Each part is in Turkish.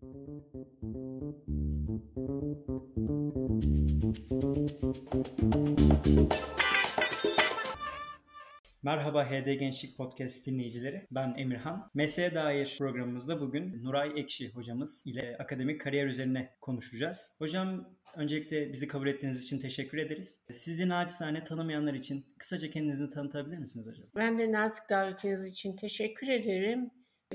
Merhaba HD Gençlik Podcast dinleyicileri. Ben Emirhan. Mesleğe dair programımızda bugün Nuray Ekşi hocamız ile akademik kariyer üzerine konuşacağız. Hocam, öncelikle bizi kabul ettiğiniz için teşekkür ederiz. Sizi naçizane tanımayanlar için kısaca kendinizi tanıtabilir misiniz hocam? Ben de nazik davetiniz için teşekkür ederim.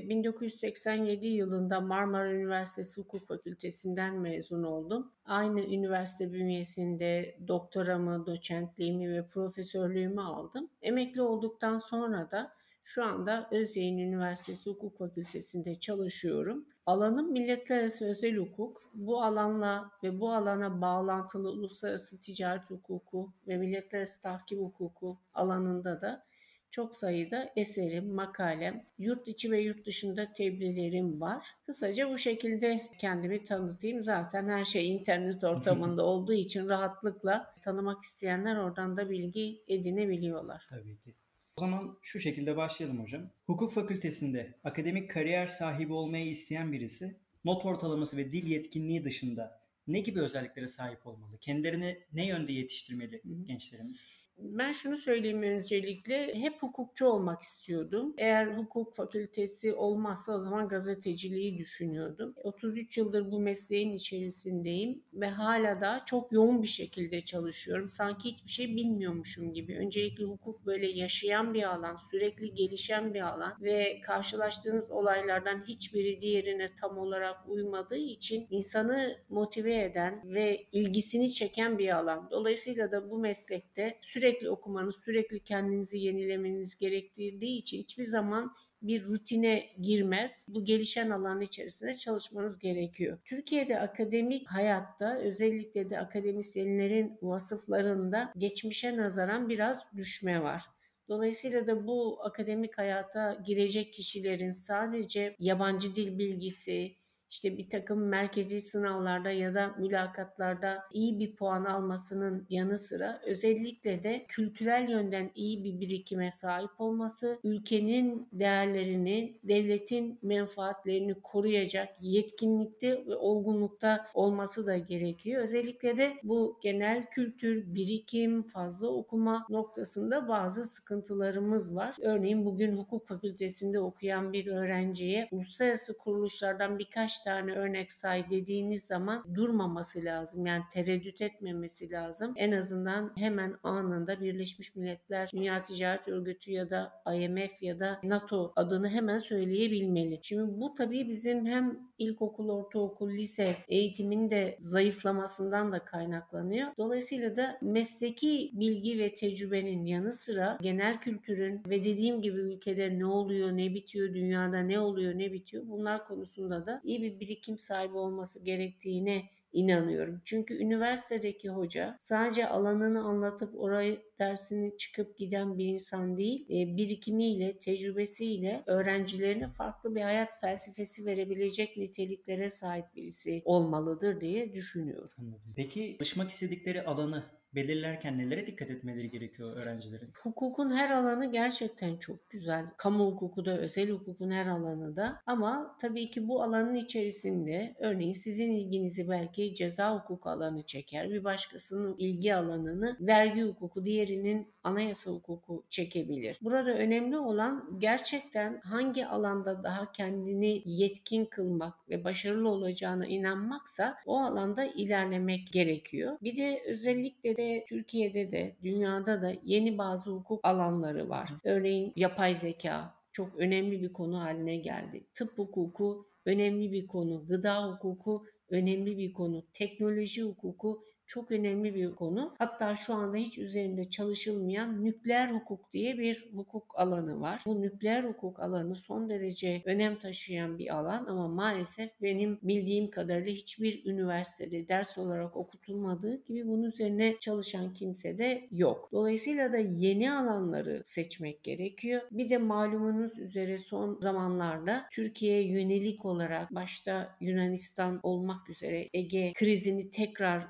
1987 yılında Marmara Üniversitesi Hukuk Fakültesinden mezun oldum. Aynı üniversite bünyesinde doktoramı, doçentliğimi ve profesörlüğümü aldım. Emekli olduktan sonra da şu anda Özyeğin Üniversitesi Hukuk Fakültesi'nde çalışıyorum. Alanım milletler arası özel hukuk. Bu alanla ve bu alana bağlantılı uluslararası ticaret hukuku ve milletler arası tahkim hukuku alanında da çok sayıda eserim, makalem, yurt içi ve yurt dışında tebliğlerim var. Kısaca bu şekilde kendimi tanıtayım. Zaten her şey internet ortamında olduğu için rahatlıkla tanımak isteyenler oradan da bilgi edinebiliyorlar. Tabii ki. O zaman şu şekilde başlayalım hocam. Hukuk fakültesinde akademik kariyer sahibi olmayı isteyen birisi not ortalaması ve dil yetkinliği dışında ne gibi özelliklere sahip olmalı? Kendilerini ne yönde yetiştirmeli gençlerimiz? Ben şunu söyleyeyim öncelikle, hep hukukçu olmak istiyordum. Eğer hukuk fakültesi olmazsa o zaman gazeteciliği düşünüyordum. 33 yıldır bu mesleğin içerisindeyim ve hala da çok yoğun bir şekilde çalışıyorum. Sanki hiçbir şey bilmiyormuşum gibi. Öncelikle hukuk böyle yaşayan bir alan, sürekli gelişen bir alan ve karşılaştığınız olaylardan hiçbiri diğerine tam olarak uymadığı için insanı motive eden ve ilgisini çeken bir alan. Dolayısıyla da bu meslekte sürekli okumanız, sürekli kendinizi yenilemeniz gerektirdiği için hiçbir zaman bir rutine girmez. Bu gelişen alan içerisinde çalışmanız gerekiyor. Türkiye'de akademik hayatta, özellikle de akademisyenlerin vasıflarında geçmişe nazaran biraz düşme var. Dolayısıyla da bu akademik hayata girecek kişilerin sadece yabancı dil bilgisi, işte bir takım merkezi sınavlarda ya da mülakatlarda iyi bir puan almasının yanı sıra özellikle de kültürel yönden iyi bir birikime sahip olması, ülkenin değerlerini, devletin menfaatlerini koruyacak yetkinlikte ve olgunlukta olması da gerekiyor. Özellikle de bu genel kültür, birikim, fazla okuma noktasında bazı sıkıntılarımız var. Örneğin bugün hukuk fakültesinde okuyan bir öğrenciye uluslararası kuruluşlardan birkaç tane örnek say dediğiniz zaman durmaması lazım. Yani tereddüt etmemesi lazım. En azından hemen anında Birleşmiş Milletler, Dünya Ticaret Örgütü ya da IMF ya da NATO adını hemen söyleyebilmeli. Şimdi bu tabii bizim hem ilkokul, ortaokul, lise eğitiminin de zayıflamasından da kaynaklanıyor. Dolayısıyla da mesleki bilgi ve tecrübenin yanı sıra genel kültürün ve dediğim gibi ülkede ne oluyor, ne bitiyor, dünyada ne oluyor, ne bitiyor, bunlar konusunda da iyi bir birikim sahibi olması gerektiğine inanıyorum. Çünkü üniversitedeki hoca sadece alanını anlatıp orayı dersini çıkıp giden bir insan değil, birikimiyle, tecrübesiyle öğrencilerine farklı bir hayat felsefesi verebilecek niteliklere sahip birisi olmalıdır diye düşünüyorum. Anladım. Peki çalışmak istedikleri alanı belirlerken nelere dikkat etmeleri gerekiyor öğrencilerin? Hukukun her alanı gerçekten çok güzel. Kamu hukuku da, özel hukukun her alanı da. Ama tabii ki bu alanın içerisinde örneğin sizin ilginizi belki ceza hukuku alanı çeker. Bir başkasının ilgi alanını vergi hukuku, diğerinin anayasa hukuku çekebilir. Burada önemli olan gerçekten hangi alanda daha kendini yetkin kılmak ve başarılı olacağına inanmaksa o alanda ilerlemek gerekiyor. Bir de özellikle de Türkiye'de de dünyada da yeni bazı hukuk alanları var. Örneğin yapay zeka çok önemli bir konu haline geldi. Tıp hukuku önemli bir konu. Gıda hukuku önemli bir konu. Teknoloji hukuku çok önemli bir konu. Hatta şu anda hiç üzerinde çalışılmayan nükleer hukuk diye bir hukuk alanı var. Bu nükleer hukuk alanı son derece önem taşıyan bir alan ama maalesef benim bildiğim kadarıyla hiçbir üniversitede ders olarak okutulmadığı gibi bunun üzerine çalışan kimse de yok. Dolayısıyla da yeni alanları seçmek gerekiyor. Bir de malumunuz üzere son zamanlarda Türkiye'ye yönelik olarak başta Yunanistan olmak üzere Ege krizini tekrar canlandırmak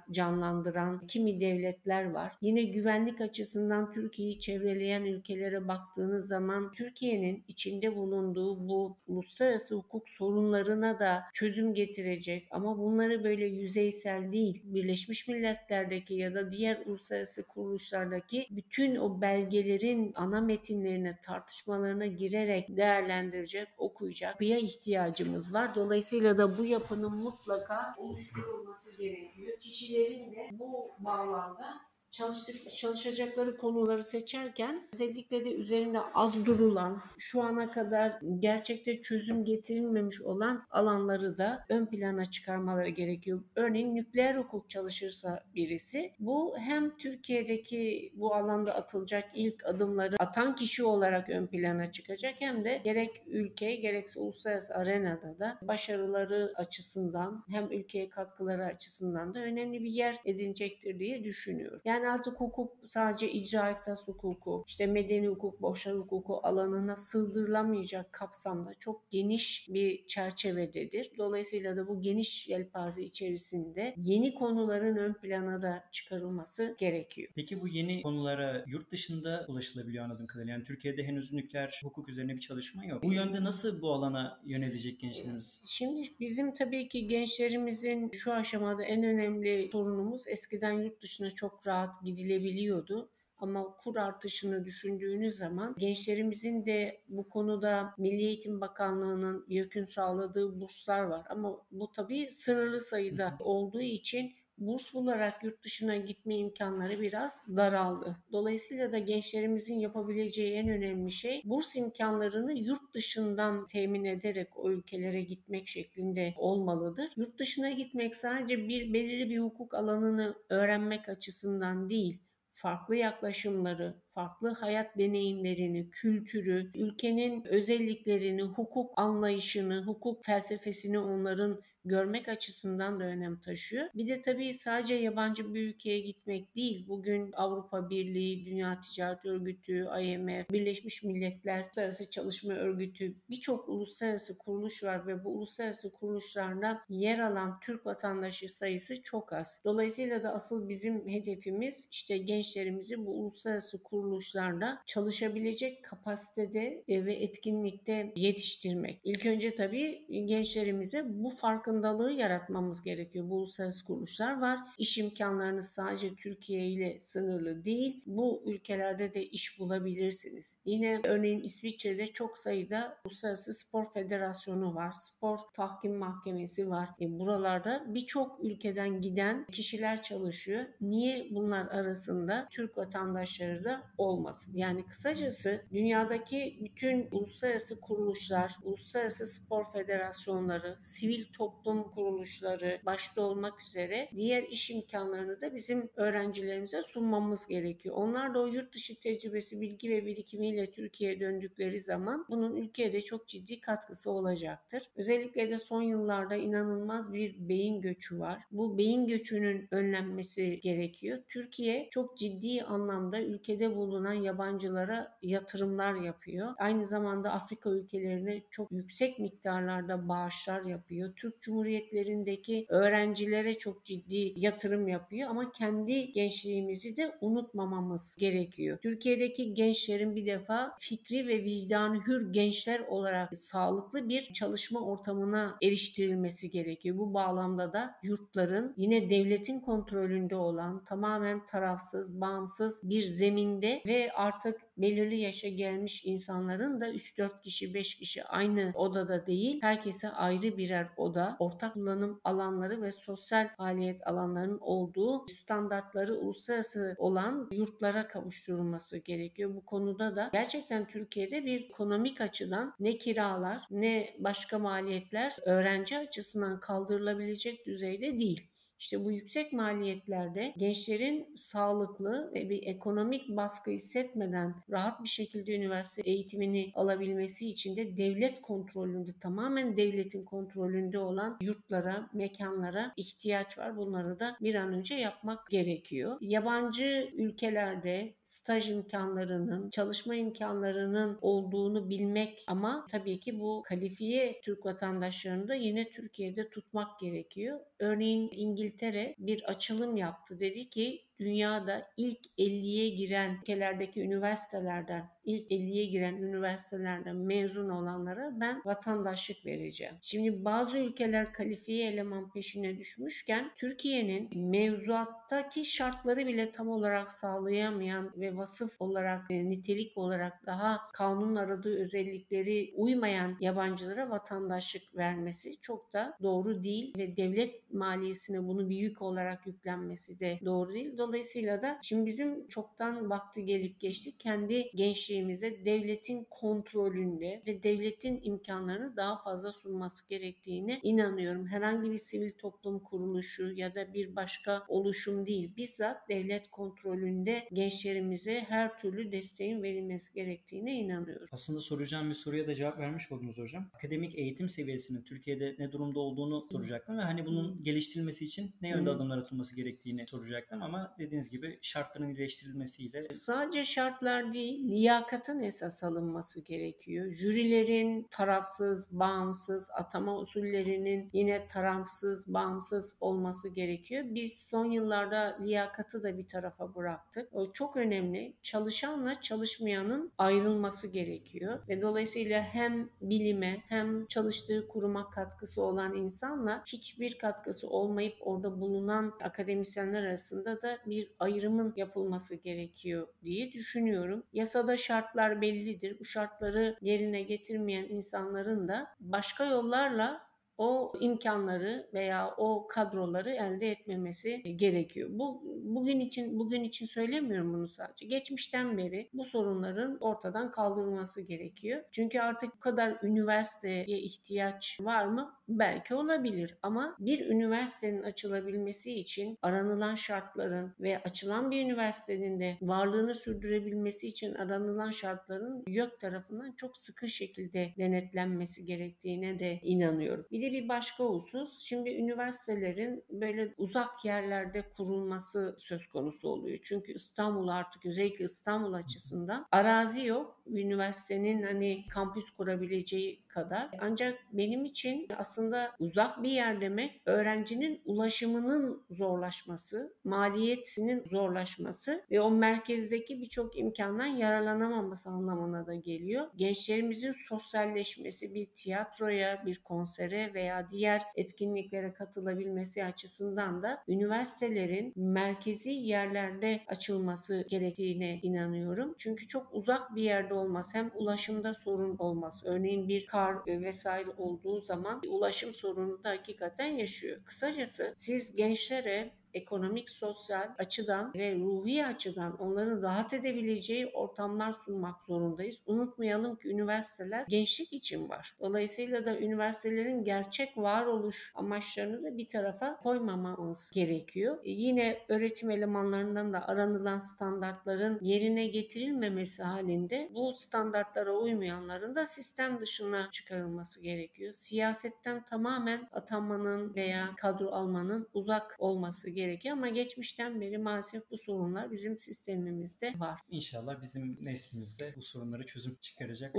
konumlandıran kimi devletler var. Yine güvenlik açısından Türkiye'yi çevreleyen ülkelere baktığınız zaman Türkiye'nin içinde bulunduğu bu uluslararası hukuk sorunlarına da çözüm getirecek ama bunları böyle yüzeysel değil, Birleşmiş Milletler'deki ya da diğer uluslararası kuruluşlardaki bütün o belgelerin ana metinlerine, tartışmalarına girerek değerlendirecek, okuyacak yapıya ihtiyacımız var. Dolayısıyla da bu yapının mutlaka oluşturulması gerekiyor. Kişilerin de bu bağlamda çalışacakları konuları seçerken özellikle de üzerinde az durulan, şu ana kadar gerçekte çözüm getirilmemiş olan alanları da ön plana çıkarmaları gerekiyor. Örneğin nükleer hukuk çalışırsa birisi, bu hem Türkiye'deki bu alanda atılacak ilk adımları atan kişi olarak ön plana çıkacak hem de gerek ülke gerekse uluslararası arenada da başarıları açısından hem ülkeye katkıları açısından da önemli bir yer edinecektir diye düşünüyorum. Yani artık hukuk sadece icra iflas hukuku, işte medeni hukuk, boşar hukuku alanına sığdırılamayacak kapsamda çok geniş bir çerçevededir. Dolayısıyla da bu geniş yelpaze içerisinde yeni konuların ön plana da çıkarılması gerekiyor. Peki bu yeni konulara yurt dışında ulaşılabiliyor anladığım kadarıyla. Yani Türkiye'de henüz nükleer hukuk üzerine bir çalışma yok. Bu yönde nasıl bu alana yönelecek gençlerimiz? Şimdi bizim tabii ki gençlerimizin şu aşamada en önemli sorunumuz eskiden yurt dışına çok rahat gidilebiliyordu. Ama kur artışını düşündüğünüz zaman gençlerimizin de bu konuda Milli Eğitim Bakanlığı'nın YÖK'ün sağladığı burslar var. Ama bu tabii sınırlı sayıda olduğu için burs bularak yurt dışına gitme imkanları biraz daraldı. Dolayısıyla da gençlerimizin yapabileceği en önemli şey burs imkanlarını yurt dışından temin ederek o ülkelere gitmek şeklinde olmalıdır. Yurt dışına gitmek sadece belirli bir hukuk alanını öğrenmek açısından değil, farklı yaklaşımları, farklı hayat deneyimlerini, kültürü, ülkenin özelliklerini, hukuk anlayışını, hukuk felsefesini onların görmek açısından da önem taşıyor. Bir de tabii sadece yabancı bir ülkeye gitmek değil. Bugün Avrupa Birliği, Dünya Ticaret Örgütü, IMF, Birleşmiş Milletler, Uluslararası Çalışma Örgütü birçok uluslararası kuruluş var ve bu uluslararası kuruluşlarda yer alan Türk vatandaşı sayısı çok az. Dolayısıyla da asıl bizim hedefimiz işte gençlerimizi bu uluslararası kuruluşlarda çalışabilecek kapasitede ve etkinlikte yetiştirmek. İlk önce tabii gençlerimize bu farkındalığı yaratmamız gerekiyor. Bu uluslararası kuruluşlar var. İş imkanlarınız sadece Türkiye ile sınırlı değil. Bu ülkelerde de iş bulabilirsiniz. Yine örneğin İsviçre'de çok sayıda uluslararası spor federasyonu var. Spor tahkim mahkemesi var. Buralarda birçok ülkeden giden kişiler çalışıyor. Niye bunlar arasında Türk vatandaşları da olmasın? Yani kısacası dünyadaki bütün uluslararası kuruluşlar, uluslararası spor federasyonları, sivil toplum kuruluşları başta olmak üzere diğer iş imkanlarını da bizim öğrencilerimize sunmamız gerekiyor. Onlar da o yurt dışı tecrübesi, bilgi ve birikimiyle Türkiye'ye döndükleri zaman bunun ülkeye çok ciddi katkısı olacaktır. Özellikle de son yıllarda inanılmaz bir beyin göçü var. Bu beyin göçünün önlenmesi gerekiyor. Türkiye çok ciddi anlamda ülkede bulunan yabancılara yatırımlar yapıyor. Aynı zamanda Afrika ülkelerine çok yüksek miktarlarda bağışlar yapıyor. Türk Cumhuriyetlerindeki öğrencilere çok ciddi yatırım yapıyor ama kendi gençliğimizi de unutmamamız gerekiyor. Türkiye'deki gençlerin bir defa fikri ve vicdanı hür gençler olarak sağlıklı bir çalışma ortamına eriştirilmesi gerekiyor. Bu bağlamda da yurtların yine devletin kontrolünde olan tamamen tarafsız, bağımsız bir zeminde ve artık belirli yaşa gelmiş insanların da 3-4 kişi, 5 kişi aynı odada değil, herkese ayrı birer oda, ortak kullanım alanları ve sosyal faaliyet alanlarının olduğu standartları uluslararası olan yurtlara kavuşturulması gerekiyor. Bu konuda da gerçekten Türkiye'de bir ekonomik açıdan ne kiralar ne başka maliyetler öğrenci açısından kaldırılabilecek düzeyde değil. İşte bu yüksek maliyetlerde gençlerin sağlıklı ve bir ekonomik baskı hissetmeden rahat bir şekilde üniversite eğitimini alabilmesi için de devlet kontrolünde, tamamen devletin kontrolünde olan yurtlara, mekanlara ihtiyaç var. Bunları da bir an önce yapmak gerekiyor. Yabancı ülkelerde staj imkanlarının, çalışma imkanlarının olduğunu bilmek ama tabii ki bu kalifiye Türk vatandaşlarını da yine Türkiye'de tutmak gerekiyor. Örneğin İngiltere İngiltere bir açılım yaptı. Dedi ki dünyada ilk 50'ye giren ülkelerdeki üniversitelerden, ilk 50'ye giren üniversitelerden mezun olanlara ben vatandaşlık vereceğim. Şimdi bazı ülkeler kalifiye eleman peşine düşmüşken Türkiye'nin mevzuattaki şartları bile tam olarak sağlayamayan ve vasıf olarak, nitelik olarak daha kanunun aradığı özellikleri uymayan yabancılara vatandaşlık vermesi çok da doğru değil ve devlet maliyesine bunu bir yük olarak yüklenmesi de doğru değil. Dolayısıyla da şimdi bizim çoktan vakti gelip geçti kendi gençliğimize devletin kontrolünde ve devletin imkanlarını daha fazla sunması gerektiğine inanıyorum. Herhangi bir sivil toplum kuruluşu ya da bir başka oluşum değil, bizzat devlet kontrolünde gençlerimize her türlü desteğin verilmesi gerektiğine inanıyorum. Aslında soracağım bir soruya da cevap vermiş oldunuz hocam. Akademik eğitim seviyesinin Türkiye'de ne durumda olduğunu soracaktım ve hani bunun geliştirilmesi için ne yönde adımlar atılması gerektiğini soracaktım ama dediğiniz gibi şartların iyileştirilmesiyle sadece şartlar değil, liyakatın esas alınması gerekiyor. Jürilerin tarafsız, bağımsız, atama usullerinin yine tarafsız, bağımsız olması gerekiyor. Biz son yıllarda liyakatı da bir tarafa bıraktık. O çok önemli. Çalışanla çalışmayanın ayrılması gerekiyor ve dolayısıyla hem bilime hem çalıştığı kuruma katkısı olan insanla hiçbir katkısı olmayıp orada bulunan akademisyenler arasında da bir ayrımın yapılması gerekiyor diye düşünüyorum. Yasada şartlar bellidir. Bu şartları yerine getirmeyen insanların da başka yollarla o imkanları veya o kadroları elde etmemesi gerekiyor. Bugün için söylemiyorum bunu sadece. Geçmişten beri bu sorunların ortadan kaldırılması gerekiyor. Çünkü artık bu kadar üniversiteye ihtiyaç var mı? Belki olabilir ama bir üniversitenin açılabilmesi için aranılan şartların ve açılan bir üniversitenin de varlığını sürdürebilmesi için aranılan şartların YÖK tarafından çok sıkı şekilde denetlenmesi gerektiğine de inanıyorum. Bir başka husus, şimdi üniversitelerin böyle uzak yerlerde kurulması söz konusu oluyor. Çünkü İstanbul artık özellikle İstanbul açısından arazi yok. Üniversitenin hani kampüs kurabileceği kadar. Ancak benim için aslında uzak bir yer demek öğrencinin ulaşımının zorlaşması, maliyetinin zorlaşması ve o merkezdeki birçok imkandan yararlanamaması anlamına da geliyor. Gençlerimizin sosyalleşmesi, bir tiyatroya, bir konsere veya diğer etkinliklere katılabilmesi açısından da üniversitelerin merkezi yerlerde açılması gerektiğine inanıyorum. Çünkü çok uzak bir yerde olmaz. Hem ulaşımda sorun olmaz. Örneğin bir kar vesaire olduğu zaman ulaşım sorunu da hakikaten yaşıyor. Kısacası siz gençlere ekonomik, sosyal açıdan ve ruhi açıdan onların rahat edebileceği ortamlar sunmak zorundayız. Unutmayalım ki üniversiteler gençlik için var. Dolayısıyla da üniversitelerin gerçek varoluş amaçlarını da bir tarafa koymamamız gerekiyor. Yine öğretim elemanlarından da aranılan standartların yerine getirilmemesi halinde bu standartlara uymayanların da sistem dışına çıkarılması gerekiyor. Siyasetten tamamen atanmanın veya kadro almanın uzak olması gerekiyor ama geçmişten beri maalesef bu sorunlar bizim sistemimizde var. İnşallah bizim neslimizde bu sorunlara çözüm çıkaracak.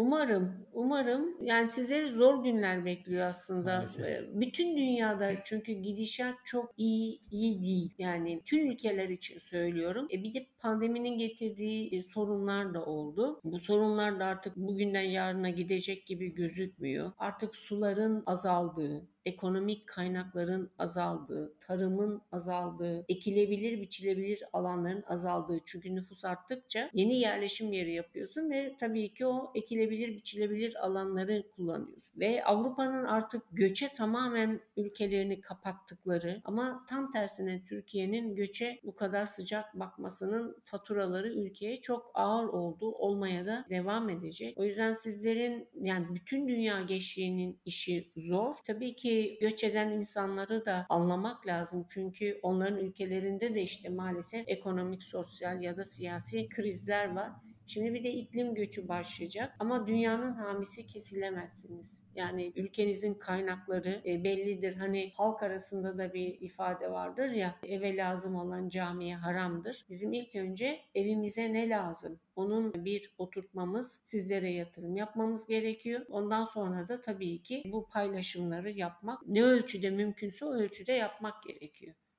Umarım yani sizleri zor günler bekliyor aslında. Maalesef. Bütün dünyada çünkü gidişat çok iyi değil. Yani tüm ülkeler için söylüyorum. Bir de pandeminin getirdiği sorunlar da oldu. Bu sorunlar da artık bugünden yarına gidecek gibi gözükmüyor. Artık suların azaldığı, ekonomik kaynakların azaldığı, tarımın azaldığı, ekilebilir, biçilebilir alanların azaldığı. Çünkü nüfus arttıkça yeni yerleşim yeri yapıyorsun ve tabii ki o ekilebilir, biçilebilir alanları kullanıyorsun. Ve Avrupa'nın artık göçe tamamen ülkelerini kapattıkları ama tam tersine Türkiye'nin göçe bu kadar sıcak bakmasının faturaları ülkeye çok ağır oldu. Olmaya da devam edecek. O yüzden sizlerin yani bütün dünya gençliğinin işi zor. Tabii ki göç eden insanları da anlamak lazım. Çünkü onların ülkelerinde de işte maalesef ekonomik, sosyal ya da siyasi krizler var. Şimdi bir de iklim göçü başlayacak ama dünyanın hamisi kesilemezsiniz. Yani ülkenizin kaynakları bellidir. Hani halk arasında da bir ifade vardır ya, eve lazım olan camiye haramdır. Bizim ilk önce evimize ne lazım? Onun bir oturtmamız, sizlere yatırım yapmamız gerekiyor. Ondan sonra da tabii ki bu paylaşımları yapmak ne ölçüde mümkünse o ölçüde yapmak gerekiyor.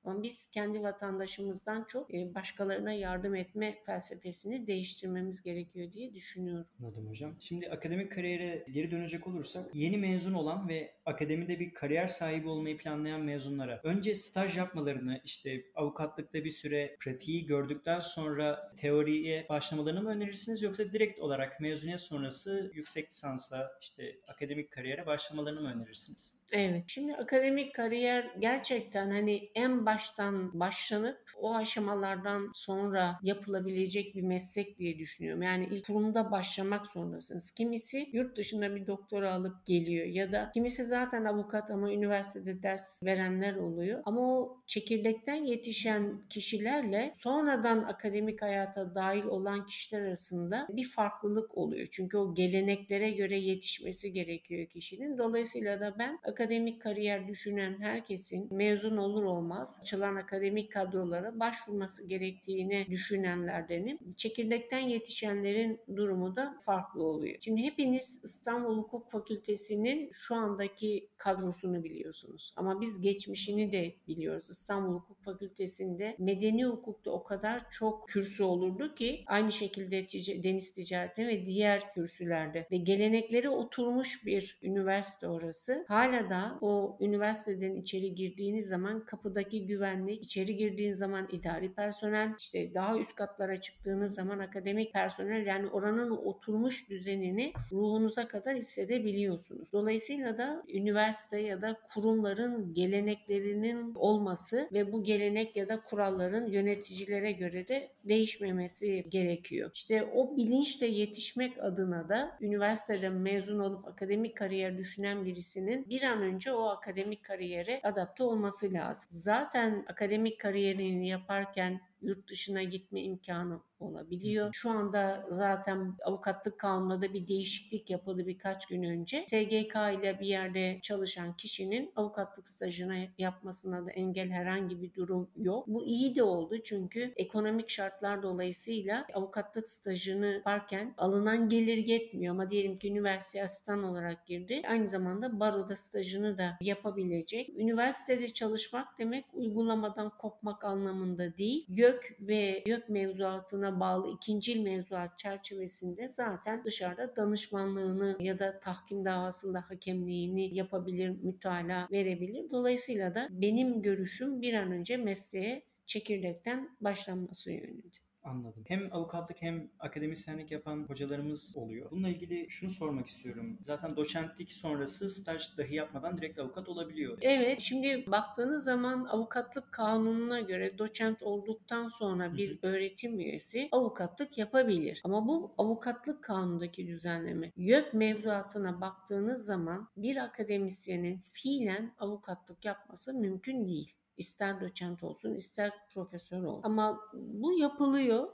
Ama biz kendi vatandaşımızdan çok başkalarına yardım etme felsefesini değiştirmemiz gerekiyor diye düşünüyorum. Anladım hocam. Şimdi akademik kariyere geri dönecek olursak yeni mezun olan ve akademide bir kariyer sahibi olmayı planlayan mezunlara önce staj yapmalarını, işte avukatlıkta bir süre pratiği gördükten sonra teoriye başlamalarını mı önerirsiniz, yoksa direkt olarak mezuniyet sonrası yüksek lisansa, işte akademik kariyere başlamalarını mı önerirsiniz? Evet. Şimdi akademik kariyer gerçekten hani en baştan başlanıp o aşamalardan sonra yapılabilecek bir meslek diye düşünüyorum. Yani ilk kurumda başlamak zorundasınız. Kimisi yurt dışında bir doktora alıp geliyor ya da kimisi zaten avukat ama üniversitede ders verenler oluyor. Ama o çekirdekten yetişen kişilerle sonradan akademik hayata dahil olan kişiler arasında bir farklılık oluyor. Çünkü o geleneklere göre yetişmesi gerekiyor kişinin. Dolayısıyla da ben akademik kariyer düşünen herkesin mezun olur olmaz açılan akademik kadrolara başvurması gerektiğini düşünenlerdenim. Çekirdekten yetişenlerin durumu da farklı oluyor. Şimdi hepiniz İstanbul Hukuk Fakültesi'nin şu andaki kadrosunu biliyorsunuz. Ama biz geçmişini de biliyoruz. İstanbul Hukuk Fakültesi'nde medeni hukukta o kadar çok kürsü olurdu ki aynı şekilde deniz ticareti ve diğer kürsülerde ve gelenekleri oturmuş bir üniversite orası. Hala da o üniversiteden içeri girdiğiniz zaman kapıdaki güvenlik, içeri girdiğiniz zaman idari personel, işte daha üst katlara çıktığınız zaman akademik personel, yani oranın oturmuş düzenini ruhunuza kadar hissedebiliyorsunuz. Dolayısıyla da üniversite ya da kurumların geleneklerinin olması ve bu gelenek ya da kuralların yöneticilere göre de değişmemesi gerekiyor. İşte o bilinçle yetişmek adına da üniversiteden mezun olup akademik kariyer düşünen birisinin bir an önce o akademik kariyere adapte olması lazım. Zaten akademik kariyerini yaparken yurt dışına gitme imkanı olabiliyor. Şu anda zaten avukatlık kanununda da bir değişiklik yapıldı birkaç gün önce. SGK ile bir yerde çalışan kişinin avukatlık stajını yapmasına da engel herhangi bir durum yok. Bu iyi de oldu çünkü ekonomik şartlar dolayısıyla avukatlık stajını yaparken alınan gelir yetmiyor ama diyelim ki üniversite asistan olarak girdi. Aynı zamanda baroda stajını da yapabilecek. Üniversitede çalışmak demek uygulamadan kopmak anlamında değil. YÖK ve YÖK mevzuatına bağlı ikincil mevzuat çerçevesinde zaten dışarıda danışmanlığını ya da tahkim davasında hakemliğini yapabilir, mütalaa verebilir. Dolayısıyla da benim görüşüm bir an önce mesleğe çekirdekten başlanması yönünde. Anladım. Hem avukatlık hem akademisyenlik yapan hocalarımız oluyor. Bununla ilgili şunu sormak istiyorum. Zaten doçentlik sonrası staj dahi yapmadan direkt avukat olabiliyor. Evet, şimdi baktığınız zaman avukatlık kanununa göre doçent olduktan sonra bir öğretim üyesi avukatlık yapabilir. Ama bu avukatlık kanunundaki düzenleme. YÖK mevzuatına baktığınız zaman bir akademisyenin fiilen avukatlık yapması mümkün değil. İster doçent olsun, ister profesör olsun. Ama bu yapılıyor.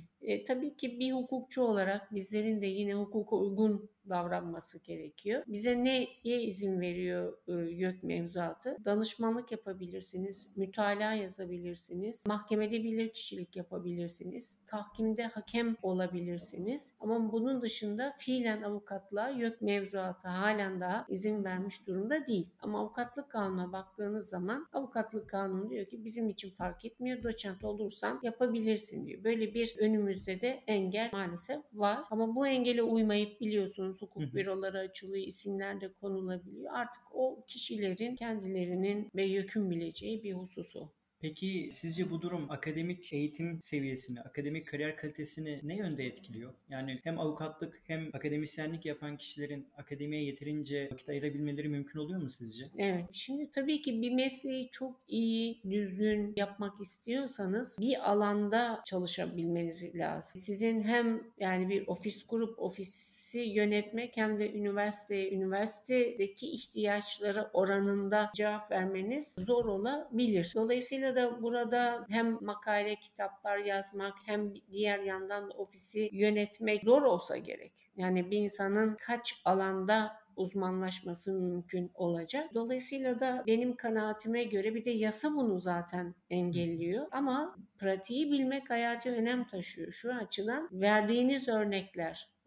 Tabii ki bir hukukçu olarak bizlerin de yine hukuka uygun davranması gerekiyor. Bize neye izin veriyor YÖK mevzuatı? Danışmanlık yapabilirsiniz, mütalaa yazabilirsiniz, mahkemede bilirkişilik yapabilirsiniz, tahkimde hakem olabilirsiniz. Ama bunun dışında fiilen avukatlığa YÖK mevzuatı halen daha izin vermiş durumda değil. Ama avukatlık kanununa baktığınız zaman avukatlık kanunu diyor ki bizim için fark etmiyor, doçent olursan yapabilirsin diyor. Böyle bir önümüzde de engel maalesef var. Ama bu engele uymayıp biliyorsunuz hukuk büroları açılıyor, isimler de konulabiliyor. Artık o kişilerin kendilerinin ve YÖK'ün bileceği bir hususu. Peki sizce bu durum akademik eğitim seviyesini, akademik kariyer kalitesini ne yönde etkiliyor? Yani hem avukatlık hem akademisyenlik yapan kişilerin akademiye yeterince vakit ayırabilmeleri mümkün oluyor mu sizce? Evet. Şimdi tabii ki bir mesleği çok iyi, düzgün yapmak istiyorsanız bir alanda çalışabilmeniz lazım. Sizin hem yani bir ofis kurup ofisi yönetmek hem de üniversitedeki ihtiyaçlara oranında cevap vermeniz zor olabilir. Dolayısıyla da burada hem makale, kitaplar yazmak hem diğer yandan da ofisi yönetmek zor olsa gerek. Yani bir insanın kaç alanda uzmanlaşması mümkün olacak. Dolayısıyla da benim kanaatime göre bir de yasa bunu zaten engelliyor. Ama pratiği bilmek hayati önem taşıyor. Şu açıdan verdiğiniz örnekler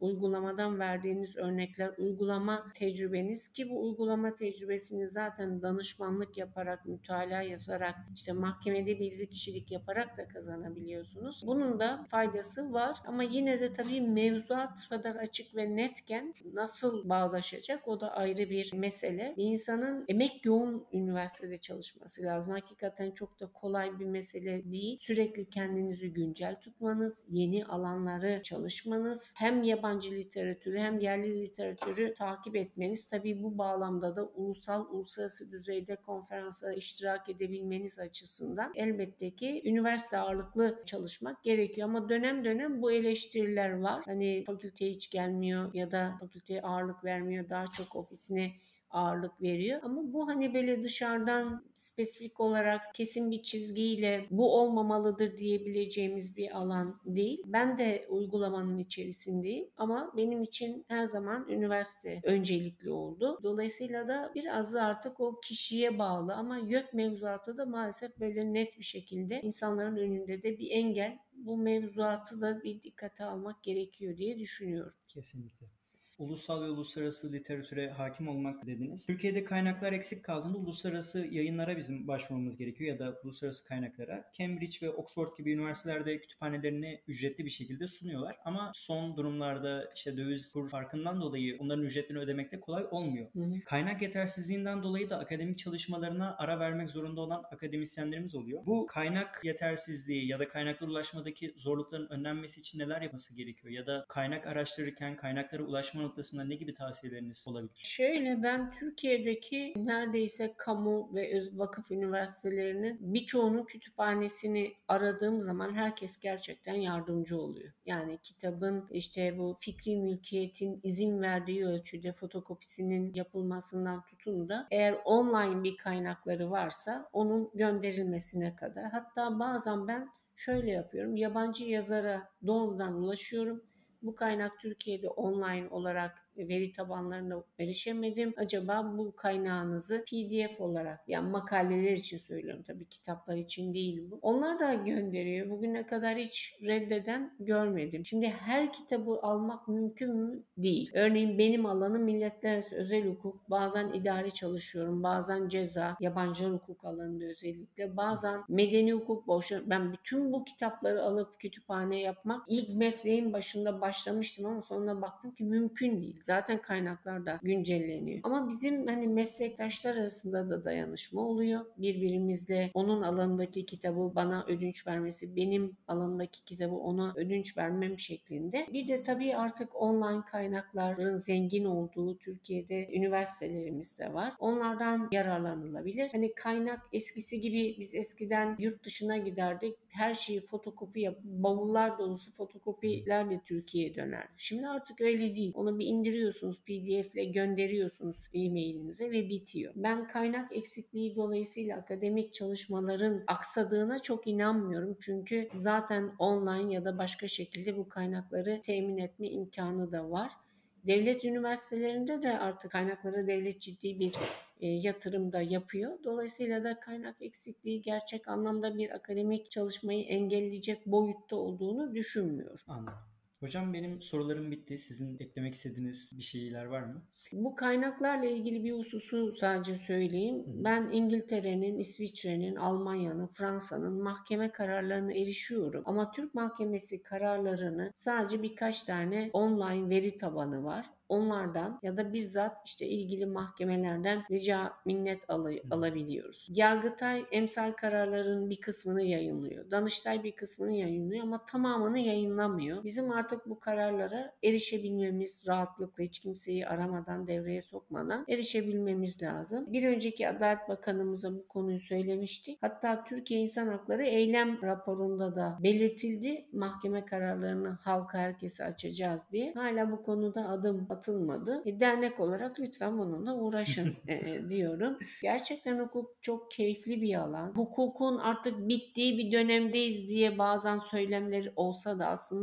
uygulamadan verdiğiniz örnekler, uygulama tecrübeniz ki bu uygulama tecrübesini zaten danışmanlık yaparak, mütalaa yazarak, işte mahkemede bilirkişilik yaparak da kazanabiliyorsunuz. Bunun da faydası var ama yine de tabii mevzuat kadar açık ve netken nasıl bağlaşacak o da ayrı bir mesele. Bir insanın emek yoğun üniversitede çalışması lazım. Hakikaten çok da kolay bir mesele değil. Sürekli kendinizi güncel tutmanız, yeni alanları çalışmanız, hem yabancı literatürü hem yerli literatürü takip etmeniz. Tabii bu bağlamda da uluslararası düzeyde konferanslara iştirak edebilmeniz açısından elbette ki üniversite ağırlıklı çalışmak gerekiyor. Ama dönem dönem bu eleştiriler var. Hani fakülteye hiç gelmiyor ya da fakülteye ağırlık vermiyor, daha çok ofisine ağırlık veriyor. Ama bu hani böyle dışarıdan spesifik olarak kesin bir çizgiyle bu olmamalıdır diyebileceğimiz bir alan değil. Ben de uygulamanın içerisindeyim ama benim için her zaman üniversite öncelikli oldu. Dolayısıyla da biraz da artık o kişiye bağlı ama YÖK mevzuatı da maalesef böyle net bir şekilde insanların önünde de bir engel. Bu mevzuatı da bir dikkate almak gerekiyor diye düşünüyorum. Kesinlikle. Ulusal ve uluslararası literatüre hakim olmak dediniz. Türkiye'de kaynaklar eksik kaldığında uluslararası yayınlara bizim başvurmamız gerekiyor ya da uluslararası kaynaklara. Cambridge ve Oxford gibi üniversitelerde kütüphanelerini ücretli bir şekilde sunuyorlar. Ama son durumlarda işte döviz kur farkından dolayı onların ücretlerini ödemekte kolay olmuyor. Kaynak yetersizliğinden dolayı da akademik çalışmalarına ara vermek zorunda olan akademisyenlerimiz oluyor. Bu kaynak yetersizliği ya da kaynaklara ulaşmadaki zorlukların önlenmesi için neler yapması gerekiyor? Ya da kaynak araştırırken kaynaklara ulaşma noktasında ne gibi tavsiyeleriniz olabilir? Şöyle ben Türkiye'deki neredeyse kamu ve vakıf üniversitelerinin birçoğunun kütüphanesini aradığım zaman herkes gerçekten yardımcı oluyor. Yani kitabın işte bu fikri mülkiyetin izin verdiği ölçüde fotokopisinin yapılmasından tutun da eğer online bir kaynakları varsa onun gönderilmesine kadar. Hatta bazen ben şöyle yapıyorum. Yabancı yazara doğrudan ulaşıyorum. Bu kaynak Türkiye'de online olarak veri tabanlarına erişemedim. Acaba bu kaynağınızı PDF olarak, yani makaleler için söylüyorum tabii, kitaplar için değil bu. Onlar da gönderiyor. Bugüne kadar hiç reddeden görmedim. Şimdi her kitabı almak mümkün mü? Değil. Örneğin benim alanım milletler arası özel hukuk. Bazen idari çalışıyorum. Bazen ceza, yabancı hukuk alanında özellikle. Bazen medeni hukuk boşuna. Ben bütün bu kitapları alıp kütüphane yapmak ilk mesleğin başında başlamıştım ama sonra baktım ki mümkün değil. Zaten kaynaklar da güncelleniyor. Ama bizim hani meslektaşlar arasında da dayanışma oluyor. Birbirimizle onun alanındaki kitabı bana ödünç vermesi, benim alanımdaki kitabı ona ödünç vermem şeklinde. Bir de tabii artık online kaynakların zengin olduğu Türkiye'de üniversitelerimiz de var. Onlardan yararlanılabilir. Hani kaynak eskisi gibi biz eskiden yurt dışına giderdik. Her şeyi fotokopi bavullar dolusu fotokopilerle Türkiye'ye döner. Şimdi artık öyle değil. Onu bir indiriyorsunuz, PDF ile gönderiyorsunuz e-mailinize ve bitiyor. Ben kaynak eksikliği dolayısıyla akademik çalışmaların aksadığına çok inanmıyorum. Çünkü zaten online ya da başka şekilde bu kaynakları temin etme imkanı da var. Devlet üniversitelerinde de artık kaynaklara devlet ciddi bir yatırım da yapıyor. Dolayısıyla da kaynak eksikliği gerçek anlamda bir akademik çalışmayı engelleyecek boyutta olduğunu düşünmüyorum. Anladım. Hocam benim sorularım bitti. Sizin eklemek istediğiniz bir şeyler var mı? Bu kaynaklarla ilgili bir hususu sadece söyleyeyim. Ben İngiltere'nin, İsviçre'nin, Almanya'nın, Fransa'nın mahkeme kararlarına erişiyorum. Ama Türk mahkemesi kararlarını sadece birkaç tane online veri tabanı var. Onlardan ya da bizzat işte ilgili mahkemelerden rica minnet alabiliyoruz. Yargıtay emsal kararların bir kısmını yayınlıyor. Danıştay bir kısmını yayınlıyor ama tamamını yayınlamıyor. Bizim artık bu kararlara erişebilmemiz, rahatlıkla hiç kimseyi aramadan, devreye sokmadan erişebilmemiz lazım. Bir önceki Adalet Bakanımıza bu konuyu söylemiştik. Hatta Türkiye İnsan Hakları Eylem raporunda da belirtildi. Mahkeme kararlarını halka, herkese açacağız diye. Hala bu konuda adım atılmadı. Dernek olarak lütfen bununla uğraşın diyorum. Gerçekten hukuk çok keyifli bir alan. Hukukun artık bittiği bir dönemdeyiz diye bazen söylemleri olsa da aslında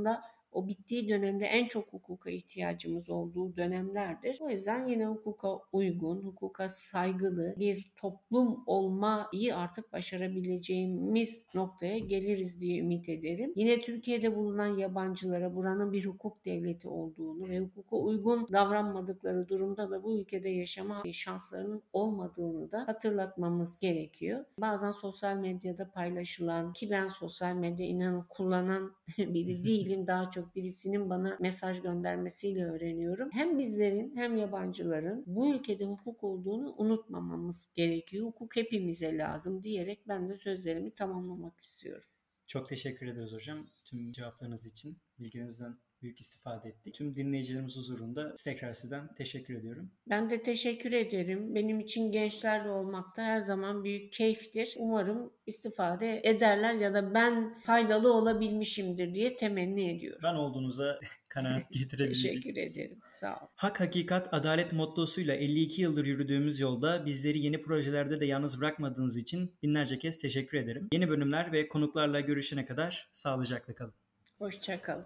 o bittiği dönemde en çok hukuka ihtiyacımız olduğu dönemlerdir. O yüzden yine hukuka uygun, hukuka saygılı bir toplum olmayı artık başarabileceğimiz noktaya geliriz diye ümit ederim. Yine Türkiye'de bulunan yabancılara buranın bir hukuk devleti olduğunu ve hukuka uygun davranmadıkları durumda da bu ülkede yaşama şanslarının olmadığını da hatırlatmamız gerekiyor. Bazen sosyal medyada paylaşılan, ki ben sosyal medya inanın kullanan biri değilim, daha çok birisinin bana mesaj göndermesiyle öğreniyorum. Hem bizlerin hem yabancıların bu ülkede hukuk olduğunu unutmamamız gerekiyor. Hukuk hepimize lazım diyerek ben de sözlerimi tamamlamak istiyorum. Çok teşekkür ederiz hocam tüm cevaplarınız için. Bilginizden büyük istifade ettik. Tüm dinleyicilerimiz huzurunda tekrar sizden teşekkür ediyorum. Ben de teşekkür ederim. Benim için gençlerle olmak da her zaman büyük keyiftir. Umarım istifade ederler ya da ben faydalı olabilmişimdir diye temenni ediyorum. Ben olduğunuza kanaat getirebileceğim. Teşekkür ederim. Sağ ol. Hak, hakikat, adalet mottosuyla 52 yıldır yürüdüğümüz yolda bizleri yeni projelerde de yalnız bırakmadığınız için binlerce kez teşekkür ederim. Yeni bölümler ve konuklarla görüşene kadar sağlıcakla kalın. Hoşça kalın.